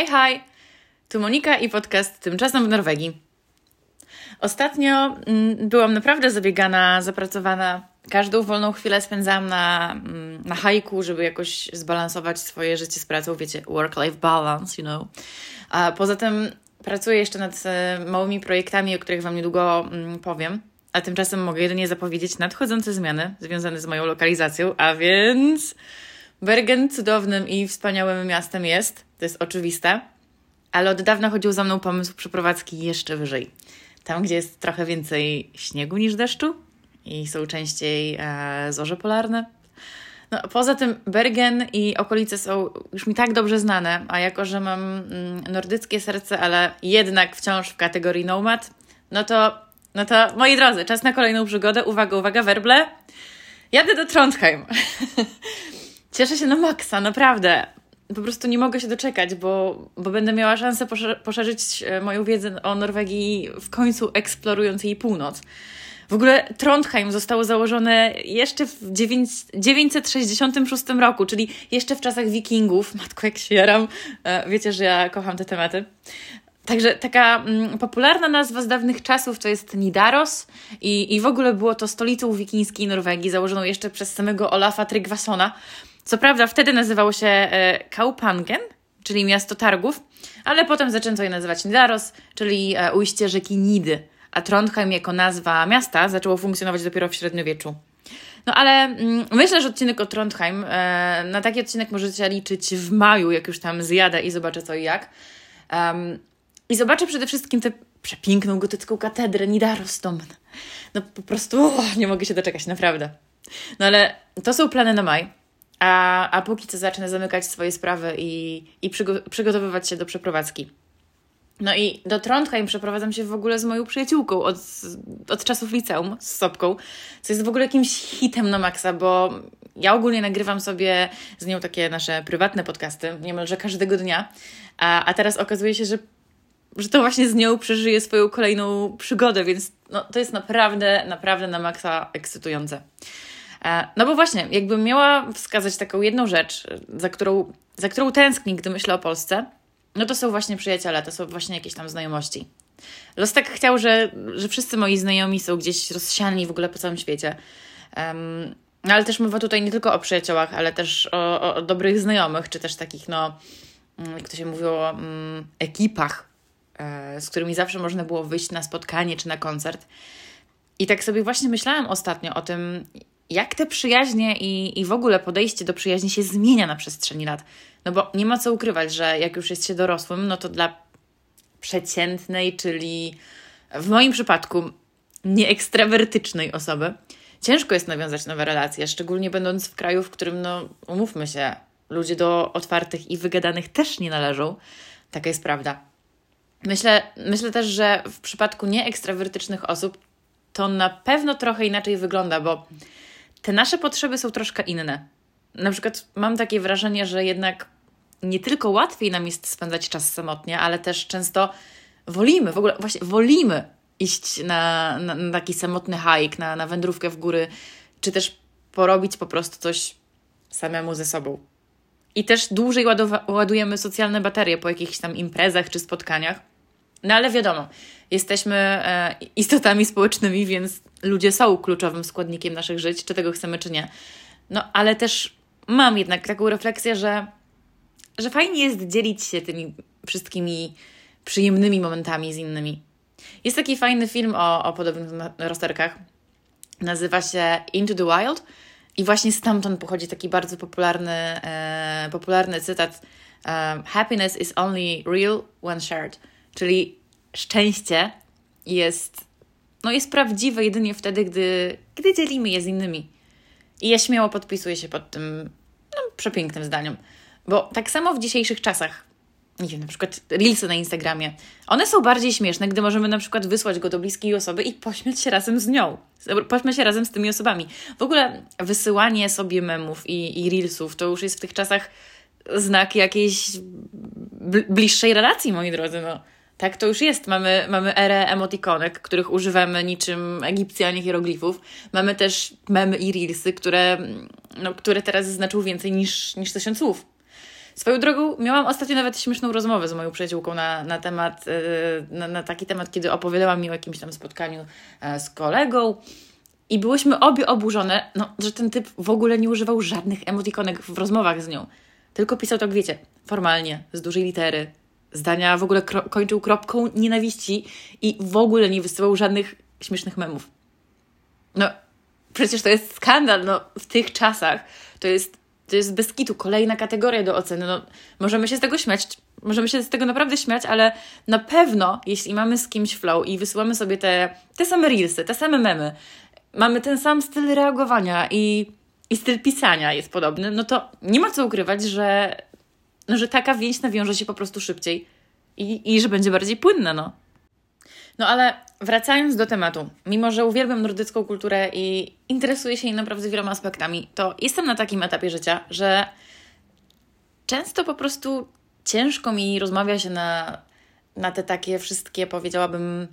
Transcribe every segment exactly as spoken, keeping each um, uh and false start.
Hi, hi! Tu Monika i podcast Tymczasem w Norwegii. Ostatnio mm, byłam naprawdę zabiegana, zapracowana. Każdą wolną chwilę spędzałam na, mm, na hajku, żeby jakoś zbalansować swoje życie z pracą. Wiecie, work-life balance, you know. A poza tym pracuję jeszcze nad e, małymi projektami, o których Wam niedługo mm, powiem. A tymczasem mogę jedynie zapowiedzieć nadchodzące zmiany związane z moją lokalizacją, a więc Bergen cudownym i wspaniałym miastem jest, to jest oczywiste, ale od dawna chodził za mną pomysł przeprowadzki jeszcze wyżej. Tam, gdzie jest trochę więcej śniegu niż deszczu i są częściej e, zorze polarne. No, poza tym Bergen i okolice są już mi tak dobrze znane, a jako, że mam mm, nordyckie serce, ale jednak wciąż w kategorii nomad, no to, no to moi drodzy, czas na kolejną przygodę. Uwaga, uwaga, werble. Jadę do Trondheim. Cieszę się na maksa, naprawdę. Po prostu nie mogę się doczekać, bo, bo będę miała szansę poszerzyć moją wiedzę o Norwegii, w końcu eksplorując jej północ. W ogóle Trondheim zostało założone jeszcze w dziewięćset sześćdziesiątym szóstym roku, czyli jeszcze w czasach wikingów. Matko, jak się jaram. Wiecie, że ja kocham te tematy. Także taka mm, popularna nazwa z dawnych czasów to jest Nidaros i, i w ogóle było to stolicą wikińskiej Norwegii, założoną jeszcze przez samego Olafa Tryggvasona. Co prawda wtedy nazywało się e, Kaupangen, czyli miasto targów, ale potem zaczęto je nazywać Nidaros, czyli e, ujście rzeki Nidy, a Trondheim jako nazwa miasta zaczęło funkcjonować dopiero w średniowieczu. No ale mm, myślę, że odcinek o Trondheim, e, na taki odcinek możecie liczyć w maju, jak już tam zjadę i zobaczę co i jak. Um, I zobaczę przede wszystkim tę przepiękną gotycką katedrę Nidarosdomen. No po prostu oh, nie mogę się doczekać, naprawdę. No ale to są plany na maj. A, a póki co zacznę zamykać swoje sprawy i, i przygo- przygotowywać się do przeprowadzki. No i do Trondheim przeprowadzam się w ogóle z moją przyjaciółką od, od czasów liceum, z Sobką, co jest w ogóle jakimś hitem na maksa, bo ja ogólnie nagrywam sobie z nią takie nasze prywatne podcasty niemalże każdego dnia, a, a teraz okazuje się, że, że to właśnie z nią przeżyję swoją kolejną przygodę, więc no, to jest naprawdę, naprawdę na maksa ekscytujące. No bo właśnie, jakbym miała wskazać taką jedną rzecz, za którą, za którą tęsknię, gdy myślę o Polsce, no to są właśnie przyjaciele, to są właśnie jakieś tam znajomości. Los tak chciał, że, że wszyscy moi znajomi są gdzieś rozsiani w ogóle po całym świecie. Um, ale też mowa tutaj nie tylko o przyjaciołach, ale też o, o, o dobrych znajomych, czy też takich, no, jak to się mówiło, um, ekipach, e, z którymi zawsze można było wyjść na spotkanie czy na koncert. I tak sobie właśnie myślałam ostatnio o tym, jak te przyjaźnie i, i w ogóle podejście do przyjaźni się zmienia na przestrzeni lat. No bo nie ma co ukrywać, że jak już jest się dorosłym, no to dla przeciętnej, czyli w moim przypadku nieekstrawertycznej osoby, ciężko jest nawiązać nowe relacje, szczególnie będąc w kraju, w którym, no umówmy się, ludzie do otwartych i wygadanych też nie należą. Taka jest prawda. Myślę, myślę też, że w przypadku nieekstrawertycznych osób to na pewno trochę inaczej wygląda, bo te nasze potrzeby są troszkę inne. Na przykład mam takie wrażenie, że jednak nie tylko łatwiej nam jest spędzać czas samotnie, ale też często wolimy, w ogóle właśnie wolimy iść na, na, na taki samotny hike, na, na wędrówkę w góry, czy też porobić po prostu coś samemu ze sobą. I też dłużej ładowa- ładujemy socjalne baterie po jakichś tam imprezach czy spotkaniach. No ale wiadomo, jesteśmy e, istotami społecznymi, więc ludzie są kluczowym składnikiem naszych żyć, czy tego chcemy, czy nie. No ale też mam jednak taką refleksję, że, że fajnie jest dzielić się tymi wszystkimi przyjemnymi momentami z innymi. Jest taki fajny film o, o podobnych rozterkach. Nazywa się Into the Wild i właśnie stamtąd pochodzi taki bardzo popularny, e, popularny cytat um, Happiness is only real when shared. Czyli szczęście jest, no jest prawdziwe jedynie wtedy, gdy, gdy dzielimy je z innymi. I ja śmiało podpisuję się pod tym no, przepięknym zdaniem. Bo tak samo w dzisiejszych czasach, nie wiem, na przykład reelsy na Instagramie, one są bardziej śmieszne, gdy możemy na przykład wysłać go do bliskiej osoby i pośmiać się razem z nią. Pośmiać się razem z tymi osobami. W ogóle wysyłanie sobie memów i, i reelsów to już jest w tych czasach znak jakiejś bliższej relacji, moi drodzy, no. Tak to już jest. Mamy, mamy erę emotikonek, których używamy niczym Egipcjanie hieroglifów. Mamy też memy i reelsy, które, no, które teraz znaczą więcej niż, niż tysiąc słów. Swoją drogą miałam ostatnio nawet śmieszną rozmowę z moją przyjaciółką na, na temat, na, na taki temat, kiedy opowiadała mi o jakimś tam spotkaniu z kolegą i byłyśmy obie oburzone, no, że ten typ w ogóle nie używał żadnych emotikonek w rozmowach z nią. Tylko pisał tak, wiecie, formalnie, z dużej litery. Zdania w ogóle kro- kończył kropką nienawiści i w ogóle nie wysyłał żadnych śmiesznych memów. No, przecież to jest skandal, no, w tych czasach to jest, to jest bez kitu kolejna kategoria do oceny. No, możemy się z tego śmiać, możemy się z tego naprawdę śmiać, ale na pewno, jeśli mamy z kimś flow i wysyłamy sobie te, te same reelsy, te same memy, mamy ten sam styl reagowania i, i styl pisania jest podobny, no to nie ma co ukrywać, że, no, że taka więź nawiąże się po prostu szybciej i, i że będzie bardziej płynna, no. No ale wracając do tematu, mimo że uwielbiam nordycką kulturę i interesuję się jej naprawdę wieloma aspektami, to jestem na takim etapie życia, że często po prostu ciężko mi rozmawia się na, na te takie wszystkie, powiedziałabym,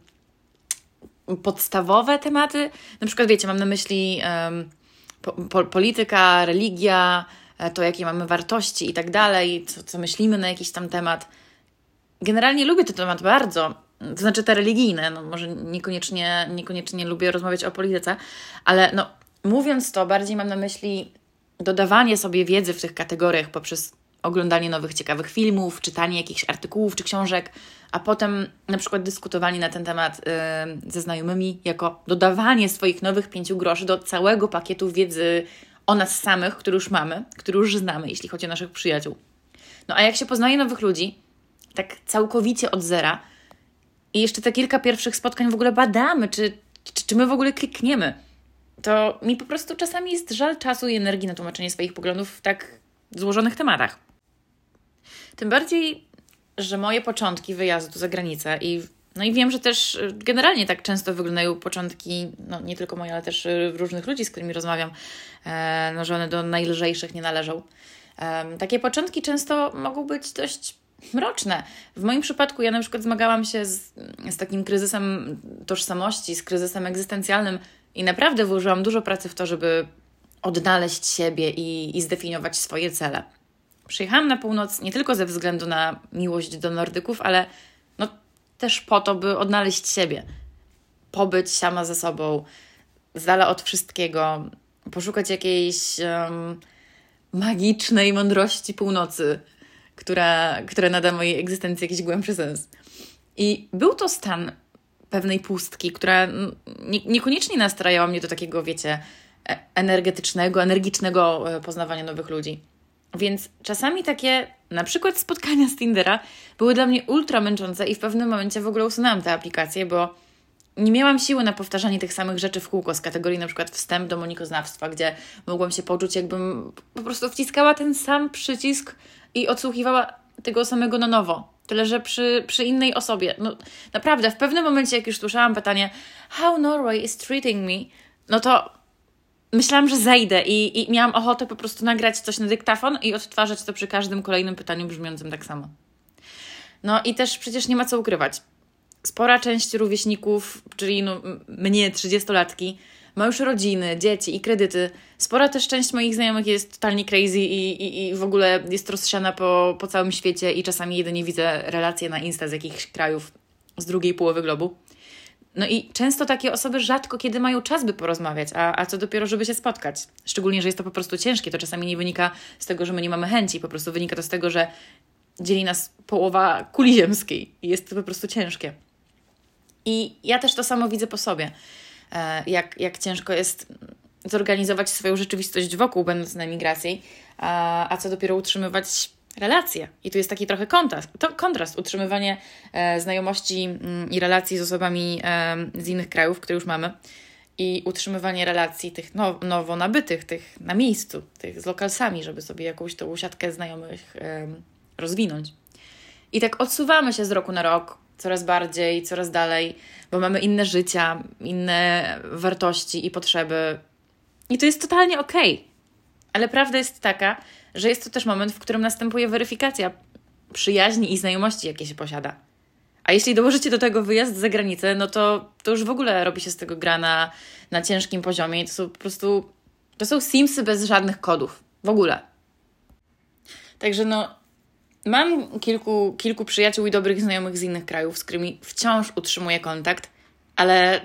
podstawowe tematy. Na przykład, wiecie, mam na myśli um, po, po, polityka, religia, to jakie mamy wartości i tak dalej, co, co myślimy na jakiś tam temat. Generalnie lubię ten temat bardzo, to znaczy te religijne, no może niekoniecznie, niekoniecznie lubię rozmawiać o polityce, ale no mówiąc to, bardziej mam na myśli dodawanie sobie wiedzy w tych kategoriach poprzez oglądanie nowych, ciekawych filmów, czytanie jakichś artykułów czy książek, a potem na przykład dyskutowanie na ten temat yy, ze znajomymi jako dodawanie swoich nowych pięciu groszy do całego pakietu wiedzy o nas samych, który już mamy, który już znamy, jeśli chodzi o naszych przyjaciół. No a jak się poznaje nowych ludzi, tak całkowicie od zera i jeszcze te kilka pierwszych spotkań w ogóle badamy, czy, czy, czy my w ogóle klikniemy, to mi po prostu czasami jest żal czasu i energii na tłumaczenie swoich poglądów w tak złożonych tematach. Tym bardziej, że moje początki wyjazdu za granicę i no i wiem, że też generalnie tak często wyglądają początki, no nie tylko moje, ale też różnych ludzi, z którymi rozmawiam, e, no, że one do najlżejszych nie należą. E, takie początki często mogą być dość mroczne. W moim przypadku ja na przykład zmagałam się z, z takim kryzysem tożsamości, z kryzysem egzystencjalnym i naprawdę włożyłam dużo pracy w to, żeby odnaleźć siebie i, i zdefiniować swoje cele. Przyjechałam na północ nie tylko ze względu na miłość do Nordyków, ale no, też po to, by odnaleźć siebie. Pobyć sama ze sobą, z dala od wszystkiego, poszukać jakiejś um, magicznej mądrości północy, która, która nada mojej egzystencji jakiś głębszy sens. I był to stan pewnej pustki, która nie, niekoniecznie nastrajała mnie do takiego, wiecie, energetycznego, energicznego poznawania nowych ludzi. Więc czasami takie, na przykład spotkania z Tindera, były dla mnie ultra męczące i w pewnym momencie w ogóle usunęłam tę aplikację, bo nie miałam siły na powtarzanie tych samych rzeczy w kółko z kategorii na przykład wstęp do monikoznawstwa, gdzie mogłam się poczuć, jakbym po prostu wciskała ten sam przycisk i odsłuchiwała tego samego na nowo. Tyle, że przy, przy innej osobie. No naprawdę, w pewnym momencie, jak już słyszałam pytanie how Norway is treating me, no to myślałam, że zejdę i, i miałam ochotę po prostu nagrać coś na dyktafon i odtwarzać to przy każdym kolejnym pytaniu brzmiącym tak samo. No i też przecież nie ma co ukrywać. Spora część rówieśników, czyli no, mnie, trzydziestolatki, ma już rodziny, dzieci i kredyty. Spora też część moich znajomych jest totalnie crazy i, i, i w ogóle jest rozsiana po, po całym świecie i czasami jedynie widzę relacje na Insta z jakichś krajów z drugiej połowy globu. No i często takie osoby rzadko kiedy mają czas, by porozmawiać, a, a co dopiero, żeby się spotkać. Szczególnie, że jest to po prostu ciężkie. To czasami nie wynika z tego, że my nie mamy chęci, po prostu wynika to z tego, że dzieli nas połowa kuli ziemskiej i jest to po prostu ciężkie. I ja też to samo widzę po sobie, jak, jak ciężko jest zorganizować swoją rzeczywistość wokół, będąc na emigracji, a, a co dopiero utrzymywać relacje. I tu jest taki trochę kontrast, to kontrast utrzymywanie e, znajomości m, i relacji z osobami e, z innych krajów, które już mamy, i utrzymywanie relacji tych now, nowo nabytych, tych na miejscu, tych z lokalsami, żeby sobie jakąś tą siatkę znajomych e, rozwinąć. I tak odsuwamy się z roku na rok coraz bardziej, coraz dalej, bo mamy inne życia, inne wartości i potrzeby. I to jest totalnie okej. Ale prawda jest taka, że jest to też moment, w którym następuje weryfikacja przyjaźni i znajomości, jakie się posiada. A jeśli dołożycie do tego wyjazd za granicę, no to, to już w ogóle robi się z tego gra na, na ciężkim poziomie. I to są po prostu, to są Simsy bez żadnych kodów. W ogóle. Także no, Mam kilku, kilku przyjaciół i dobrych znajomych z innych krajów, z którymi wciąż utrzymuję kontakt, ale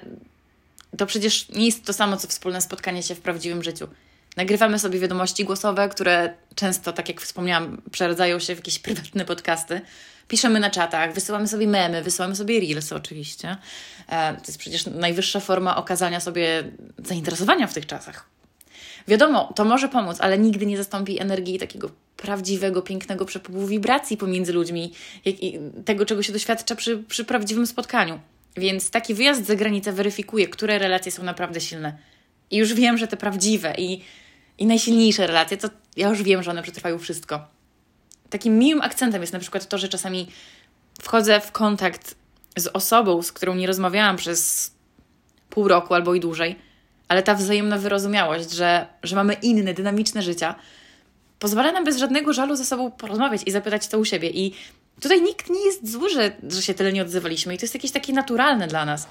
to przecież nie jest to samo, co wspólne spotkanie się w prawdziwym życiu. Nagrywamy sobie wiadomości głosowe, które często, tak jak wspomniałam, przeradzają się w jakieś prywatne podcasty. Piszemy na czatach, wysyłamy sobie memy, wysyłamy sobie reelsy oczywiście. To jest przecież najwyższa forma okazania sobie zainteresowania w tych czasach. Wiadomo, to może pomóc, ale nigdy nie zastąpi energii takiego prawdziwego, pięknego przepływu wibracji pomiędzy ludźmi, jak i tego, czego się doświadcza przy, przy prawdziwym spotkaniu. Więc taki wyjazd za granicę weryfikuje, które relacje są naprawdę silne. I już wiem, że te prawdziwe i, i najsilniejsze relacje, to ja już wiem, że one przetrwają wszystko. Takim miłym akcentem jest na przykład to, że czasami wchodzę w kontakt z osobą, z którą nie rozmawiałam przez pół roku albo i dłużej, ale ta wzajemna wyrozumiałość, że, że mamy inne, dynamiczne życia, pozwala nam bez żadnego żalu ze sobą porozmawiać i zapytać to u siebie. I tutaj nikt nie jest zły, że, że się tyle nie odzywaliśmy i to jest jakieś takie naturalne dla nas.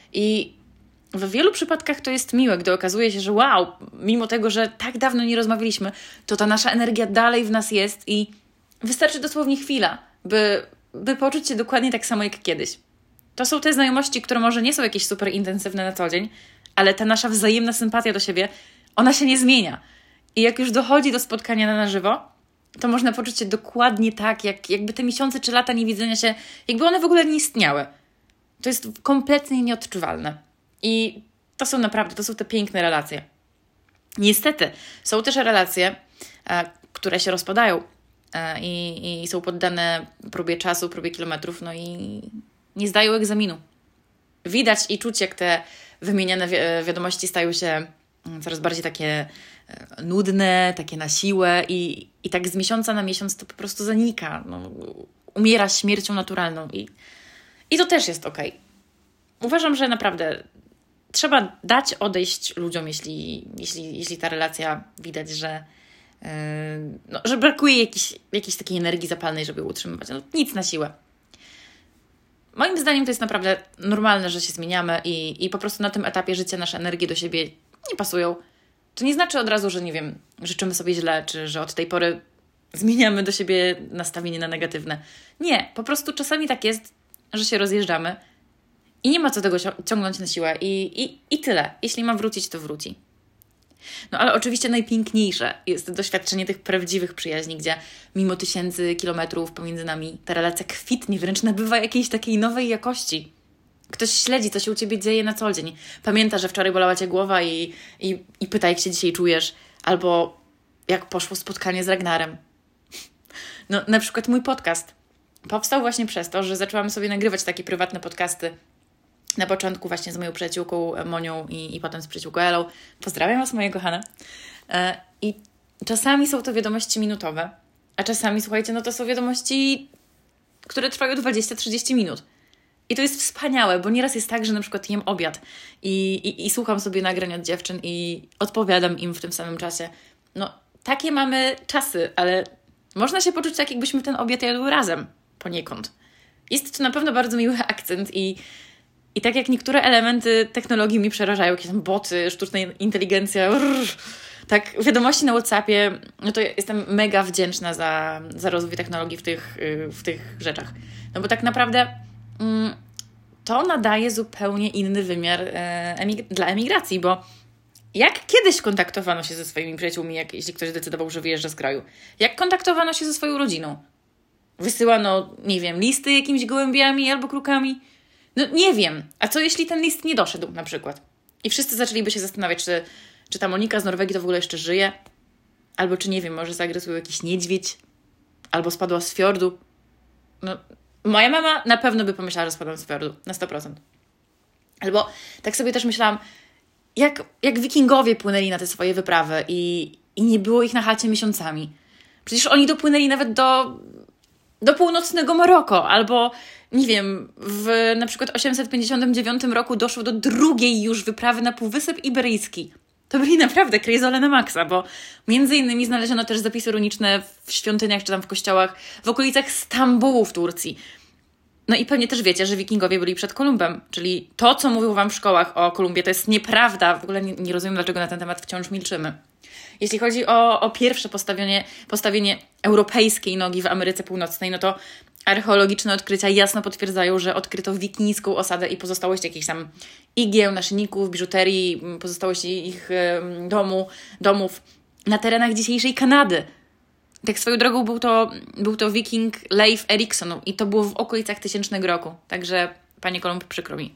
I w wielu przypadkach to jest miłe, gdy okazuje się, że wow, mimo tego, że tak dawno nie rozmawialiśmy, to ta nasza energia dalej w nas jest i wystarczy dosłownie chwila, by, by poczuć się dokładnie tak samo jak kiedyś. To są te znajomości, które może nie są jakieś super intensywne na co dzień, ale ta nasza wzajemna sympatia do siebie, ona się nie zmienia. I jak już dochodzi do spotkania na, na żywo, to można poczuć się dokładnie tak, jak, jakby te miesiące czy lata niewidzenia się, jakby one w ogóle nie istniały. To jest kompletnie nieodczuwalne. I to są naprawdę, to są te piękne relacje. Niestety, są też relacje, e, które się rozpadają e, i, i są poddane próbie czasu, próbie kilometrów, no i nie zdają egzaminu. Widać i czuć, jak te wymieniane wi- wiadomości stają się coraz bardziej takie e, nudne, takie na siłę i, i tak z miesiąca na miesiąc to po prostu zanika. No, umiera śmiercią naturalną i, i to też jest okej. Uważam, że naprawdę trzeba dać odejść ludziom, jeśli, jeśli, jeśli ta relacja widać, że, yy, no, że brakuje jakiejś, jakiejś takiej energii zapalnej, żeby ją utrzymywać. No, nic na siłę. Moim zdaniem to jest naprawdę normalne, że się zmieniamy i, i po prostu na tym etapie życia nasze energie do siebie nie pasują. To nie znaczy od razu, że nie wiem, życzymy sobie źle, czy że od tej pory zmieniamy do siebie nastawienie na negatywne. Nie, po prostu czasami tak jest, że się rozjeżdżamy i nie ma co tego ciągnąć na siłę i, i, i tyle. Jeśli ma wrócić, to wróci. No ale oczywiście najpiękniejsze jest doświadczenie tych prawdziwych przyjaźni, gdzie mimo tysięcy kilometrów pomiędzy nami ta relacja kwitnie, wręcz nabywa jakiejś takiej nowej jakości. Ktoś śledzi, co się u Ciebie dzieje na co dzień. Pamięta, że wczoraj bolała Cię głowa i, i, i pyta, jak się dzisiaj czujesz. Albo jak poszło spotkanie z Ragnarem. No na przykład mój podcast powstał właśnie przez to, że zaczęłam sobie nagrywać takie prywatne podcasty. Na początku właśnie z moją przyjaciółką Monią i, i potem z przyjaciółką Elą. Pozdrawiam Was, moje kochane. E, I czasami są to wiadomości minutowe, a czasami, słuchajcie, no to są wiadomości, które trwają dwadzieścia trzydzieści minut. I to jest wspaniałe, bo nieraz jest tak, że na przykład jem obiad i, i, i słucham sobie nagrań od dziewczyn i odpowiadam im w tym samym czasie. No, takie mamy czasy, ale można się poczuć tak, jakbyśmy ten obiad jadły razem poniekąd. Jest to na pewno bardzo miły akcent i I tak jak niektóre elementy technologii mi przerażają, jakieś tam boty, sztuczna inteligencja, rrr, tak wiadomości na WhatsAppie, no to jestem mega wdzięczna za, za rozwój technologii w tych, w tych rzeczach. No bo tak naprawdę mm, to nadaje zupełnie inny wymiar e, emig- dla emigracji, bo jak kiedyś kontaktowano się ze swoimi przyjaciółmi, jak, jeśli ktoś zdecydował, że wyjeżdża z kraju? Jak kontaktowano się ze swoją rodziną? Wysyłano, nie wiem, listy jakimiś gołębiami albo krukami? No nie wiem. A co jeśli ten list nie doszedł na przykład? I wszyscy zaczęliby się zastanawiać, czy, czy ta Monika z Norwegii to w ogóle jeszcze żyje? Albo czy, nie wiem, może zaagresował jakiś niedźwiedź? Albo spadła z fiordu? No, moja mama na pewno by pomyślała, że spadłam z fiordu. Na sto procent. Albo tak sobie też myślałam, jak, jak wikingowie płynęli na te swoje wyprawy i, i nie było ich na chacie miesiącami. Przecież oni dopłynęli nawet do, do północnego Maroko, albo nie wiem, w na przykład osiemset pięćdziesiątym dziewiątym roku doszło do drugiej już wyprawy na Półwysep Iberyjski. To byli naprawdę crazole na maksa, bo między innymi znaleziono też zapisy runiczne w świątyniach czy tam w kościołach w okolicach Stambułu w Turcji. No i pewnie też wiecie, że wikingowie byli przed Kolumbem, czyli to, co mówią wam w szkołach o Kolumbie, to jest nieprawda. W ogóle nie, nie rozumiem, dlaczego na ten temat wciąż milczymy. Jeśli chodzi o, o pierwsze postawienie, postawienie europejskiej nogi w Ameryce Północnej, no to archeologiczne odkrycia jasno potwierdzają, że odkryto wikińską osadę i pozostałości jakichś tam igieł, naszyjników, biżuterii, pozostałości ich domu, domów na terenach dzisiejszej Kanady. Tak swoją drogą był to, był to wiking Leif Erikson i to było w okolicach tysięcznego roku. Także, panie Kolumb, przykro mi.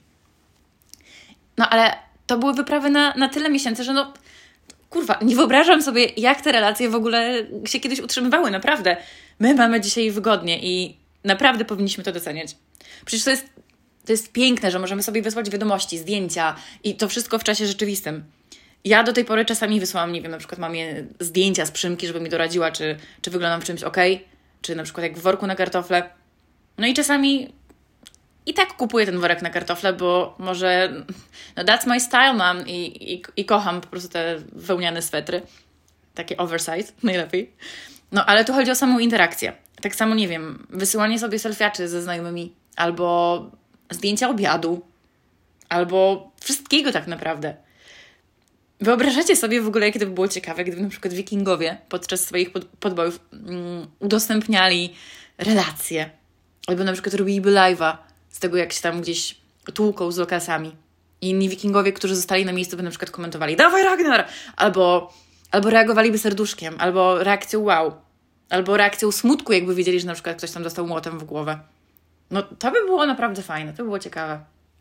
No ale to były wyprawy na, na tyle miesięcy, że no kurwa, nie wyobrażam sobie, jak te relacje w ogóle się kiedyś utrzymywały, naprawdę. My mamy dzisiaj wygodnie i naprawdę powinniśmy to doceniać. Przecież to jest, to jest piękne, że możemy sobie wysłać wiadomości, zdjęcia i to wszystko w czasie rzeczywistym. Ja do tej pory czasami wysyłam, nie wiem, na przykład mamie zdjęcia z Przymki, żeby mi doradziła, czy, czy wyglądam w czymś okej, czy na przykład jak w worku na kartofle. No i czasami i tak kupuję ten worek na kartofle, bo może no that's my style, mam i, i, i kocham po prostu te wełniane swetry. Takie oversize, najlepiej. No, ale tu chodzi o samą interakcję. Tak samo, nie wiem, wysyłanie sobie selfiaczy ze znajomymi, albo zdjęcia obiadu, albo wszystkiego tak naprawdę. Wyobrażacie sobie w ogóle, jakie to by było ciekawe, gdyby na przykład wikingowie podczas swoich pod, podbojów mm, udostępniali relacje, albo na przykład robiliby live'a z tego, jak się tam gdzieś tłuką z lokasami. I inni wikingowie, którzy zostali na miejscu, by na przykład komentowali dawaj Ragnar! Albo, albo reagowaliby serduszkiem, albo reakcją wow, albo reakcją smutku, jakby wiedzieli, że na przykład ktoś tam dostał młotem w głowę. No to by było naprawdę fajne, to by było ciekawe.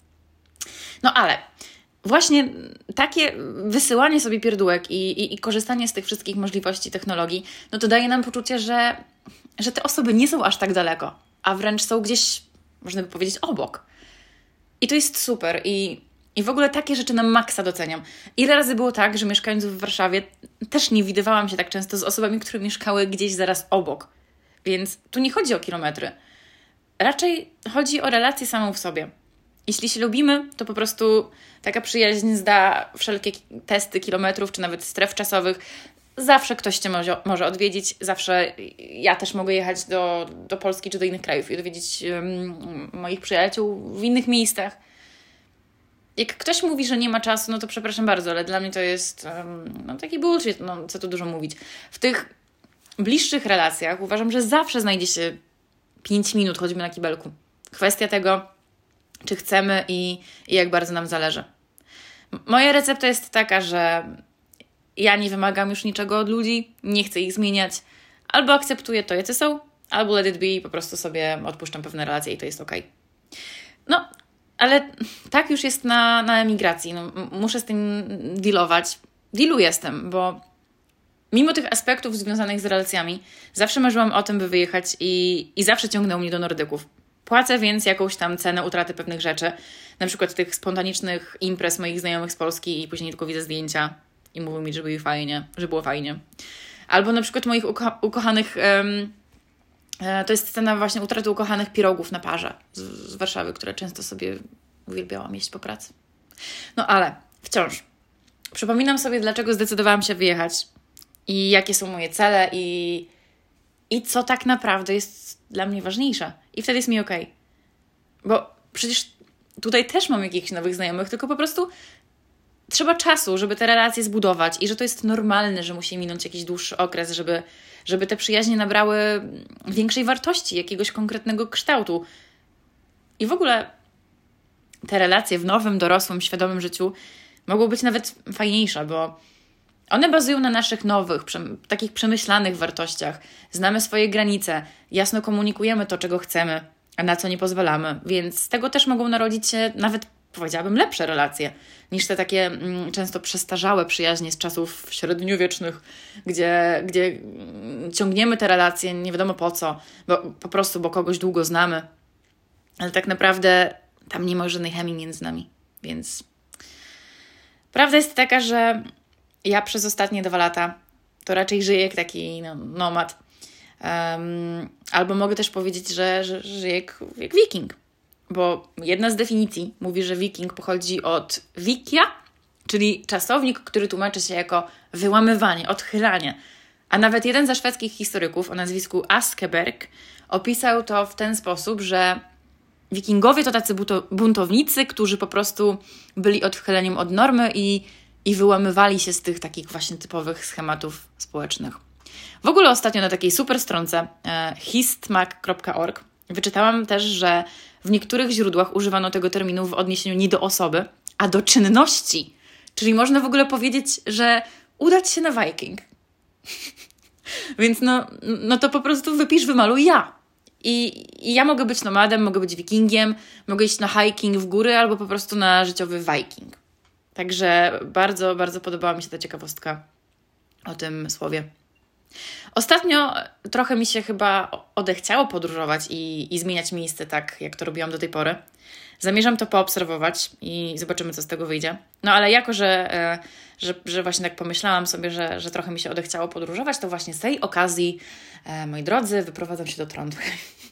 No ale właśnie takie wysyłanie sobie pierdółek i, i, i korzystanie z tych wszystkich możliwości technologii, no to daje nam poczucie, że, że te osoby nie są aż tak daleko, a wręcz są gdzieś, można by powiedzieć, obok. I to jest super i, i w ogóle takie rzeczy na maksa doceniam. Ile razy było tak, że mieszkając w Warszawie też nie widywałam się tak często z osobami, które mieszkały gdzieś zaraz obok. Więc tu nie chodzi o kilometry. Raczej chodzi o relację samą w sobie. Jeśli się lubimy, to po prostu taka przyjaźń zda wszelkie testy kilometrów, czy nawet stref czasowych. Zawsze ktoś Cię może, może odwiedzić, zawsze ja też mogę jechać do, do Polski czy do innych krajów i odwiedzić um, moich przyjaciół w innych miejscach. Jak ktoś mówi, że nie ma czasu, no to przepraszam bardzo, ale dla mnie to jest um, no, taki bullshit, no co tu dużo mówić. W tych bliższych relacjach uważam, że zawsze znajdzie się pięć minut, choćby na kibelku. Kwestia tego, czy chcemy i, i jak bardzo nam zależy. Moja recepta jest taka, że ja nie wymagam już niczego od ludzi, nie chcę ich zmieniać, albo akceptuję to, jacy są, albo let it be i po prostu sobie odpuszczam pewne relacje i to jest okej. No, ale tak już jest na, na emigracji. No, muszę z tym dealować. Dealuję z tym, bo mimo tych aspektów związanych z relacjami, zawsze marzyłam o tym, by wyjechać i, i zawsze ciągnęło mnie do Nordyków. Płacę więc jakąś tam cenę utraty pewnych rzeczy, na przykład tych spontanicznych imprez moich znajomych z Polski i później tylko widzę zdjęcia i mówią mi, że były fajnie, że było fajnie. Albo na przykład moich uko- ukochanych, um, e, to jest scena właśnie utraty ukochanych pirogów na parze z, z Warszawy, które często sobie uwielbiałam jeść po pracy. No ale wciąż przypominam sobie, dlaczego zdecydowałam się wyjechać i jakie są moje cele i, i co tak naprawdę jest dla mnie ważniejsze. I wtedy jest mi okej. Bo przecież tutaj też mam jakichś nowych znajomych, tylko po prostu trzeba czasu, żeby te relacje zbudować i że to jest normalne, że musi minąć jakiś dłuższy okres, żeby, żeby te przyjaźnie nabrały większej wartości, jakiegoś konkretnego kształtu. I w ogóle te relacje w nowym, dorosłym, świadomym życiu mogą być nawet fajniejsze, bo one bazują na naszych nowych, przem- takich przemyślanych wartościach. Znamy swoje granice, jasno komunikujemy to, czego chcemy, a na co nie pozwalamy, więc z tego też mogą narodzić się nawet, powiedziałabym, lepsze relacje niż te takie mm, często przestarzałe przyjaźnie z czasów średniowiecznych, gdzie, gdzie mm, ciągniemy te relacje nie wiadomo po co, bo, po prostu, bo kogoś długo znamy, ale tak naprawdę tam nie ma żadnej chemii między nami, więc prawda jest taka, że ja przez ostatnie dwa lata to raczej żyję jak taki no, nomad. Um, albo mogę też powiedzieć, że, że, że żyję jak, jak wiking. Bo jedna z definicji mówi, że wiking pochodzi od wikia, czyli czasownik, który tłumaczy się jako wyłamywanie, odchylanie. A nawet jeden ze szwedzkich historyków o nazwisku Askeberg opisał to w ten sposób, że wikingowie to tacy buntownicy, którzy po prostu byli odchyleniem od normy i, i wyłamywali się z tych takich właśnie typowych schematów społecznych. W ogóle ostatnio na takiej super stronce e, histmag kropka org wyczytałam też, że w niektórych źródłach używano tego terminu w odniesieniu nie do osoby, a do czynności. Czyli można w ogóle powiedzieć, że udać się na Viking. Więc no, no to po prostu wypisz, wymaluj ja. I, I ja mogę być nomadem, mogę być wikingiem, mogę iść na hiking w góry albo po prostu na życiowy Viking. Także bardzo, bardzo podobała mi się ta ciekawostka o tym słowie. Ostatnio trochę mi się chyba odechciało podróżować i, i zmieniać miejsce tak, jak to robiłam do tej pory. Zamierzam to poobserwować i zobaczymy, co z tego wyjdzie. No ale jako, że, że, że właśnie tak pomyślałam sobie, że, że trochę mi się odechciało podróżować, to właśnie z tej okazji, moi drodzy, wyprowadzam się do Trondheim.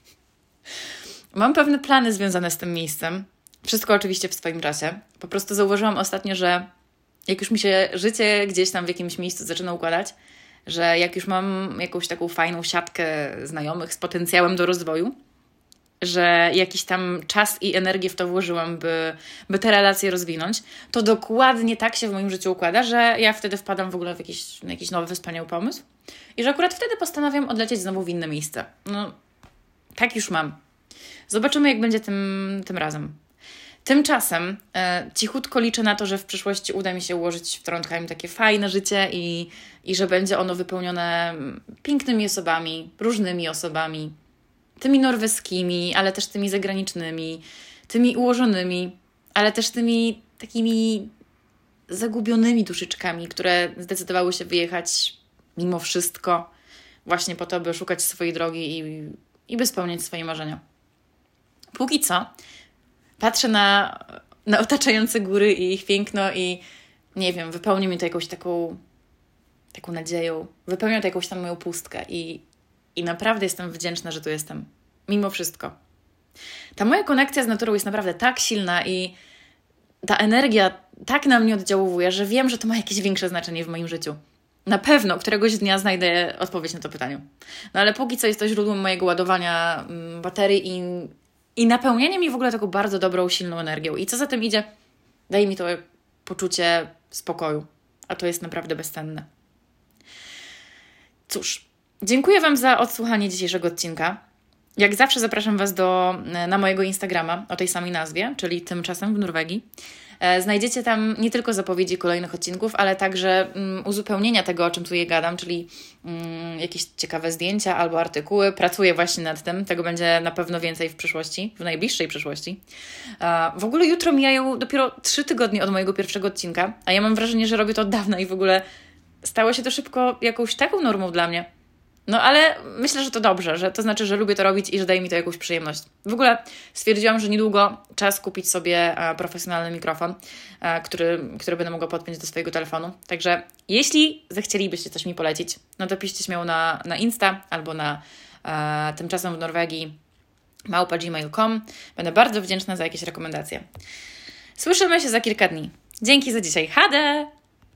Mam pewne plany związane z tym miejscem. Wszystko oczywiście w swoim czasie. Po prostu zauważyłam ostatnio, że jak już mi się życie gdzieś tam w jakimś miejscu zaczyna układać, że jak już mam jakąś taką fajną siatkę znajomych z potencjałem do rozwoju, że jakiś tam czas i energię w to włożyłam, by, by te relacje rozwinąć, to dokładnie tak się w moim życiu układa, że ja wtedy wpadam w ogóle w jakiś, na jakiś nowy, wspaniały pomysł i że akurat wtedy postanawiam odlecieć znowu w inne miejsce. No, tak już mam. Zobaczymy, jak będzie tym, tym razem. Tymczasem e, cichutko liczę na to, że w przyszłości uda mi się ułożyć w Trondheim takie fajne życie i, i że będzie ono wypełnione pięknymi osobami, różnymi osobami, tymi norweskimi, ale też tymi zagranicznymi, tymi ułożonymi, ale też tymi takimi zagubionymi duszyczkami, które zdecydowały się wyjechać mimo wszystko właśnie po to, by szukać swojej drogi i, i by spełniać swoje marzenia. Póki co patrzę na, na otaczające góry i ich piękno i nie wiem, wypełni mi to jakąś taką, taką nadzieją, wypełnia to jakąś tam moją pustkę i, i naprawdę jestem wdzięczna, że tu jestem. Mimo wszystko. Ta moja konekcja z naturą jest naprawdę tak silna i ta energia tak na mnie oddziałuje, że wiem, że to ma jakieś większe znaczenie w moim życiu. Na pewno któregoś dnia znajdę odpowiedź na to pytanie. No ale póki co jest to źródłem mojego ładowania mm, baterii i, i napełniania mi w ogóle taką bardzo dobrą, silną energią. I co za tym idzie, daje mi to poczucie spokoju. A to jest naprawdę bezcenne. Cóż, dziękuję Wam za odsłuchanie dzisiejszego odcinka. Jak zawsze zapraszam Was do, na mojego Instagrama o tej samej nazwie, czyli Tymczasem w Norwegii. Znajdziecie tam nie tylko zapowiedzi kolejnych odcinków, ale także um, uzupełnienia tego, o czym tu je gadam, czyli um, jakieś ciekawe zdjęcia albo artykuły. Pracuję właśnie nad tym. Tego będzie na pewno więcej w przyszłości, w najbliższej przyszłości. Uh, w ogóle jutro mijają dopiero trzy tygodnie od mojego pierwszego odcinka, a ja mam wrażenie, że robię to od dawna i w ogóle stało się to szybko jakąś taką normą dla mnie. No ale myślę, że to dobrze, że to znaczy, że lubię to robić i że daje mi to jakąś przyjemność. W ogóle stwierdziłam, że niedługo czas kupić sobie e, profesjonalny mikrofon, e, który, który będę mogła podpiąć do swojego telefonu. Także jeśli zechcielibyście coś mi polecić, no to piszcie śmiało na, na Insta albo na e, Tymczasem w Norwegii małpa gmail kropka com. Będę bardzo wdzięczna za jakieś rekomendacje. Słyszymy się za kilka dni. Dzięki za dzisiaj. Hade!